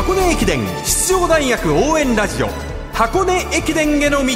箱根駅伝出場大学応援ラジオ、箱根駅伝への道。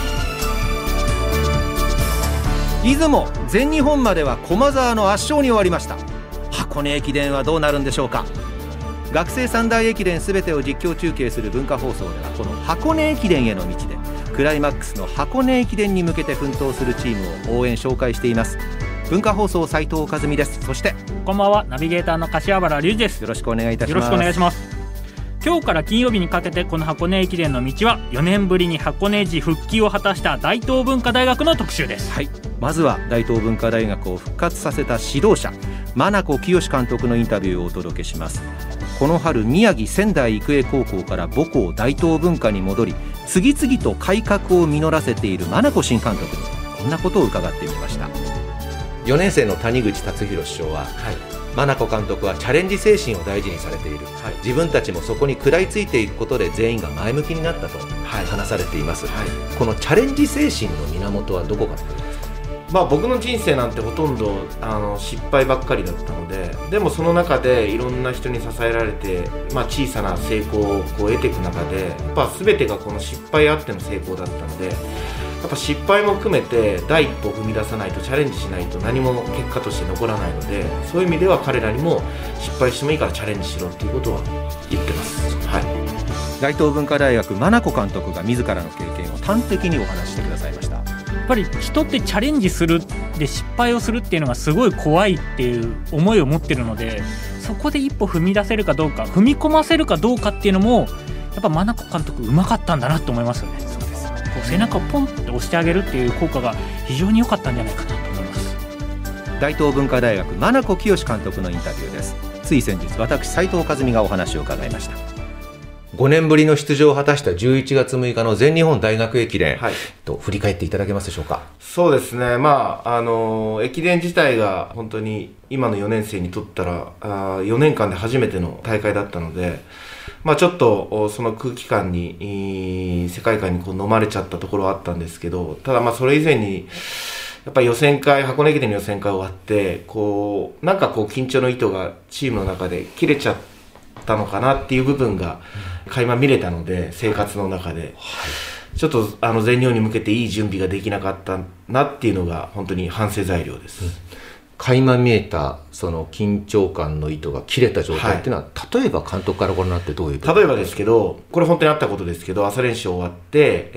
出雲全日本までは駒澤の圧勝に終わりました。箱根駅伝はどうなるんでしょうか。学生三大駅伝すべてを実況中継する文化放送では、この箱根駅伝への道でクライマックスの箱根駅伝に向けて奮闘するチームを応援紹介しています。文化放送斉藤和美です。そしてこんばんは、ナビゲーターの柏原隆二です。 よろしくお願いいたします。 よろしくお願いします。今日から金曜日にかけて、この箱根駅伝の道は4年ぶりに箱根路復帰を果たした大東文化大学の特集です。 はい、まずは大東文化大学を復活させた指導者真名子清監督のインタビューをお届けします。この春、宮城仙台育英高校から母校大東文化に戻り、次々と改革を実らせている真名子新監督にこんなことを伺ってみました。4年生の谷口達弘主将は、真名子監督はチャレンジ精神を大事にされている、自分たちもそこに食らいついていくことで全員が前向きになったと話されています。このチャレンジ精神の源はどこかというと、 僕の人生なんてほとんど失敗ばっかりだったので、でもその中でいろんな人に支えられて、小さな成功を得ていく中で、やっぱ全てがこの失敗あっての成功だったので、やっぱ失敗も含めて第一歩踏み出さないと、チャレンジしないと何も結果として残らないので、そういう意味では彼らにも失敗してもいいからチャレンジしろっていうことは言ってます。 大東文化大学真名子監督が自らの経験を端的にお話してくださいました。 やっぱり人ってチャレンジするで失敗をするっていうのがすごい怖いっていう思いを持ってるので、そこで一歩踏み出せるかどうか、踏み込ませるかどうかっていうのもやっぱ真名子監督うまかったんだなと思いますよね。そうです。こう背中をポンって押してあげるっていう効果が非常に良かったんじゃないかなと思います。 大東文化大学真名子清監督のインタビューです。つい先日、私斉藤和美がお話を伺いました。5年ぶりの出場を果たした11月6日の全日本大学駅伝、と振り返っていただけますでしょうか。 そうですね、駅伝自体が本当に今の4年生にとったら4年間で初めての大会だったので、ちょっとその空気感に世界観に飲まれちゃったところはあったんですけど、ただそれ以前にやっぱり予選会、箱根駅伝の予選会終わって緊張の糸がチームの中で切れちゃったのかなっていう部分が垣間見れたので、生活の中で、ちょっと全日本に向けていい準備ができなかったなっていうのが本当に反省材料です。 垣間見えたその緊張感の糸が切れた状態っていうのは、例えば監督からご覧になってどういう部分？ 例えばですけど、これ本当にあったことですけど、朝練習終わって、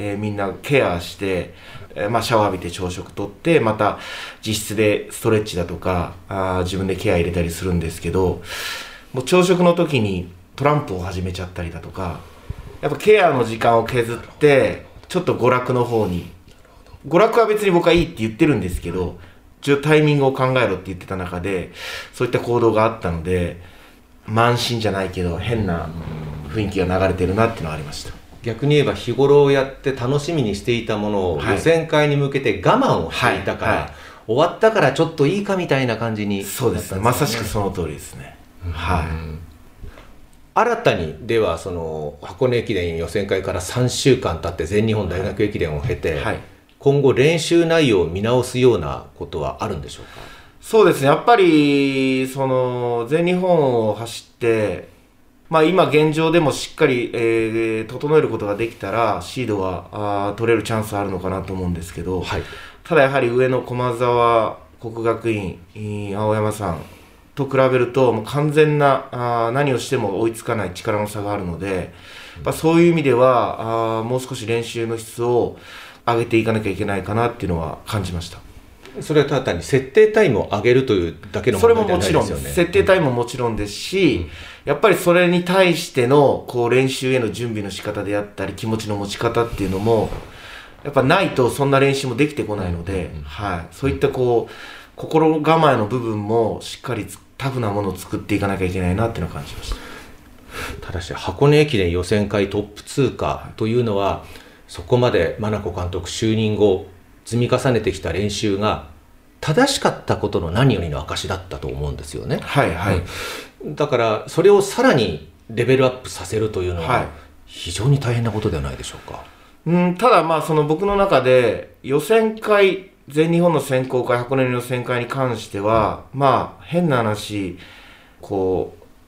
みんなケアして、シャワー浴びて朝食とって、また自室でストレッチだとか自分でケア入れたりするんですけど、もう朝食の時にトランプを始めちゃったりだとか、やっぱケアの時間を削ってちょっと娯楽の方に、娯楽は別に僕はいいって言ってるんですけど、タイミングを考えろって言ってた中でそういった行動があったので、慢心じゃないけど変な雰囲気が流れてるなっていうのがありました。 逆に言えば日頃やって楽しみにしていたものを予選会に向けて我慢をしていたから、終わったからちょっといいかみたいな感じになったんですね。 そうですね、まさしくその通りですね。 新たにではその箱根駅伝予選会から3週間経って全日本大学駅伝を経て、今後練習内容を見直すようなことはあるんでしょうか。 そうですね、やっぱりその全日本を走って、今現状でもしっかり、整えることができたらシードは取れるチャンスあるのかなと思うんですけど、ただやはり上の駒澤、国学院、青山さんと比べるともう完全な何をしても追いつかない力の差があるので、そういう意味ではもう少し練習の質を上げていかなきゃいけないかなっていうのは感じました。 それはただ単に設定タイムを上げるというだけの問題ではないですよね。 それももちろんです。設定タイムももちろんですし、やっぱりそれに対しての練習への準備の仕方であったり気持ちの持ち方っていうのもやっぱないとそんな練習もできてこないので、そういった心構えの部分もしっかりタフなものを作っていかなきゃいけないなっていうのを感じました。 ただし箱根駅伝予選会トップ通過というのは、そこまで真名子監督就任後積み重ねてきた練習が正しかったことの何よりの証だったと思うんですよね。だからそれをさらにレベルアップさせるというのは非常に大変なことではないでしょうか。 ただその僕の中で予選会、全日本の選考会、箱根の予選会に関しては変な話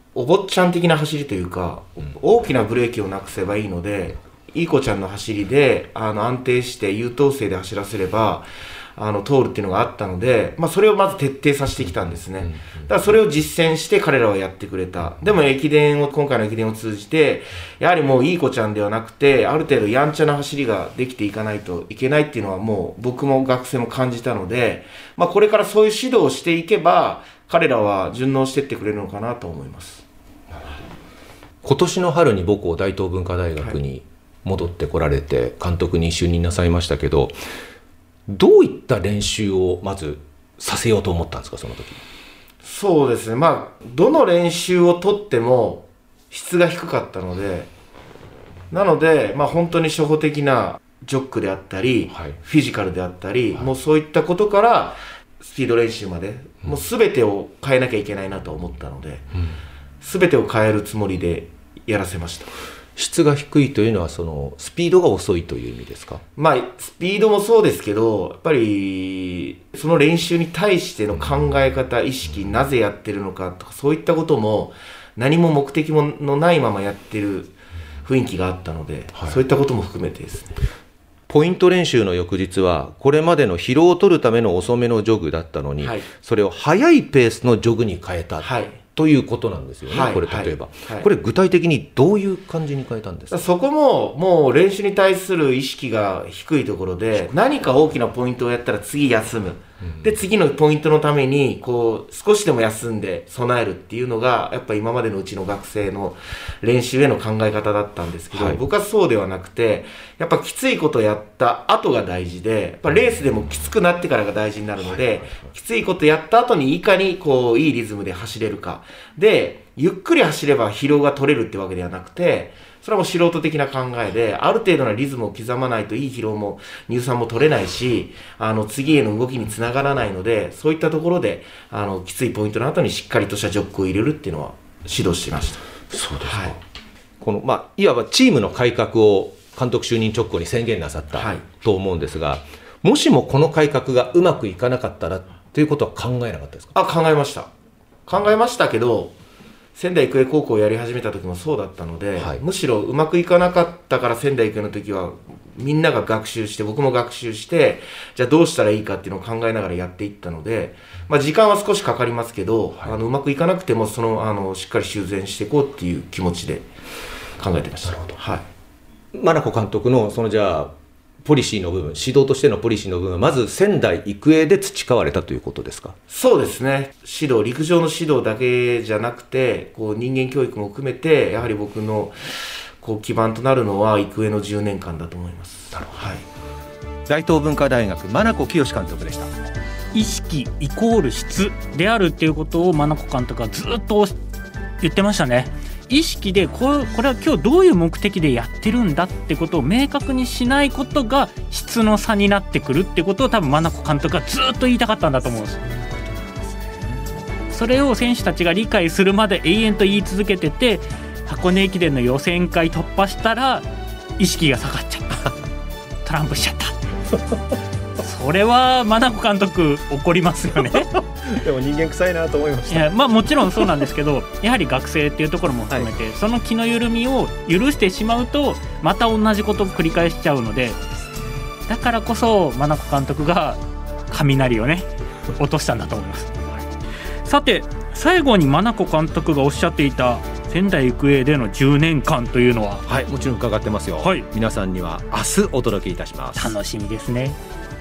お坊ちゃん的な走りというか、大きなブレーキをなくせばいいので、いい子ちゃんの走りで安定して優等生で走らせれば通るっていうのがあったので、それをまず徹底させてきたんですね。だからそれを実践して彼らはやってくれた。でも今回の駅伝を通じてやはりもういい子ちゃんではなくて、ある程度やんちゃな走りができていかないといけないっていうのはもう僕も学生も感じたので、これからそういう指導をしていけば彼らは順応していってくれるのかなと思います。 今年の春に母校大東文化大学に戻ってこられて監督に就任なさいましたけど、どういった練習をまずさせようと思ったんですか、その時。 そうですね、どの練習をとっても質が低かったので、本当に初歩的なジョックであったり、フィジカルであったり、もうそういったことからスピード練習まで、もう全てを変えなきゃいけないなと思ったので、全てを変えるつもりでやらせました。 質が低いというのはそのスピードが遅いという意味ですか？ スピードもそうですけど、やっぱりその練習に対しての考え方、意識、なぜやってるのかとか、そういったことも何も目的ものないままやってる雰囲気があったので、そういったことも含めてですね。 ポイント練習の翌日はこれまでの疲労を取るための遅めのジョグだったのに、それを速いペースのジョグに変えた、ということなんですよね。これ例えば、これ具体的にどういう感じに変えたんですか？ そこももう練習に対する意識が低いところで、何か大きなポイントをやったら次休む、で次のポイントのために少しでも休んで備えるっていうのがやっぱ今までのうちの学生の練習への考え方だったんですけど、僕はそうではなくて、やっぱきついことやった後が大事で、やっぱレースでもきつくなってからが大事になるので、きついことやった後にいかにいいリズムで走れるかで、ゆっくり走れば疲労が取れるってわけではなくて、それはもう素人的な考えで、ある程度のリズムを刻まないといい疲労も乳酸も取れないし、次への動きにつながらないので、そういったところできついポイントの後にしっかりとしたジョックを入れるっていうのは指導してました。 そうですか。このいわばチームの改革を監督就任直後に宣言なさったと思うんですが、もしもこの改革がうまくいかなかったらということは考えなかったですか？ 考えましたけど、仙台育英高校をやり始めた時もそうだったので、むしろうまくいかなかったから仙台育英の時はみんなが学習して、僕も学習して、じゃあどうしたらいいかっていうのを考えながらやっていったので、時間は少しかかりますけど、うまくいかなくてもしっかり修繕していこうっていう気持ちで考えてました。 真名子監督のじゃあポリシーの部分、指導としてのポリシーの部分はまず仙台育英で培われたということですか？ そうですね。陸上の指導だけじゃなくて、人間教育も含めて、やはり僕の基盤となるのは育英の10年間だと思います。 大東文化大学真名子清監督でした。 意識イコール質であるっていうことを真名子監督はずっと言ってましたね。意識でこれは今日どういう目的でやってるんだってことを明確にしないことが質の差になってくるってことを多分真名子監督がずっと言いたかったんだと思うんです。それを選手たちが理解するまで永遠と言い続けてて、箱根駅伝の予選会突破したら意識が下がっちゃったトランプしちゃったそれは真名子監督怒りますよねでも人間臭いなと思いました。 もちろんそうなんですけど、やはり学生っていうところも含めて、その気の緩みを許してしまうとまた同じことを繰り返しちゃうので、だからこそ真名子監督が雷をね落としたんだと思います。さて最後に真名子監督がおっしゃっていた仙台育英での10年間というのは、 もちろん伺ってますよ。皆さんには明日お届けいたします。 楽しみですね。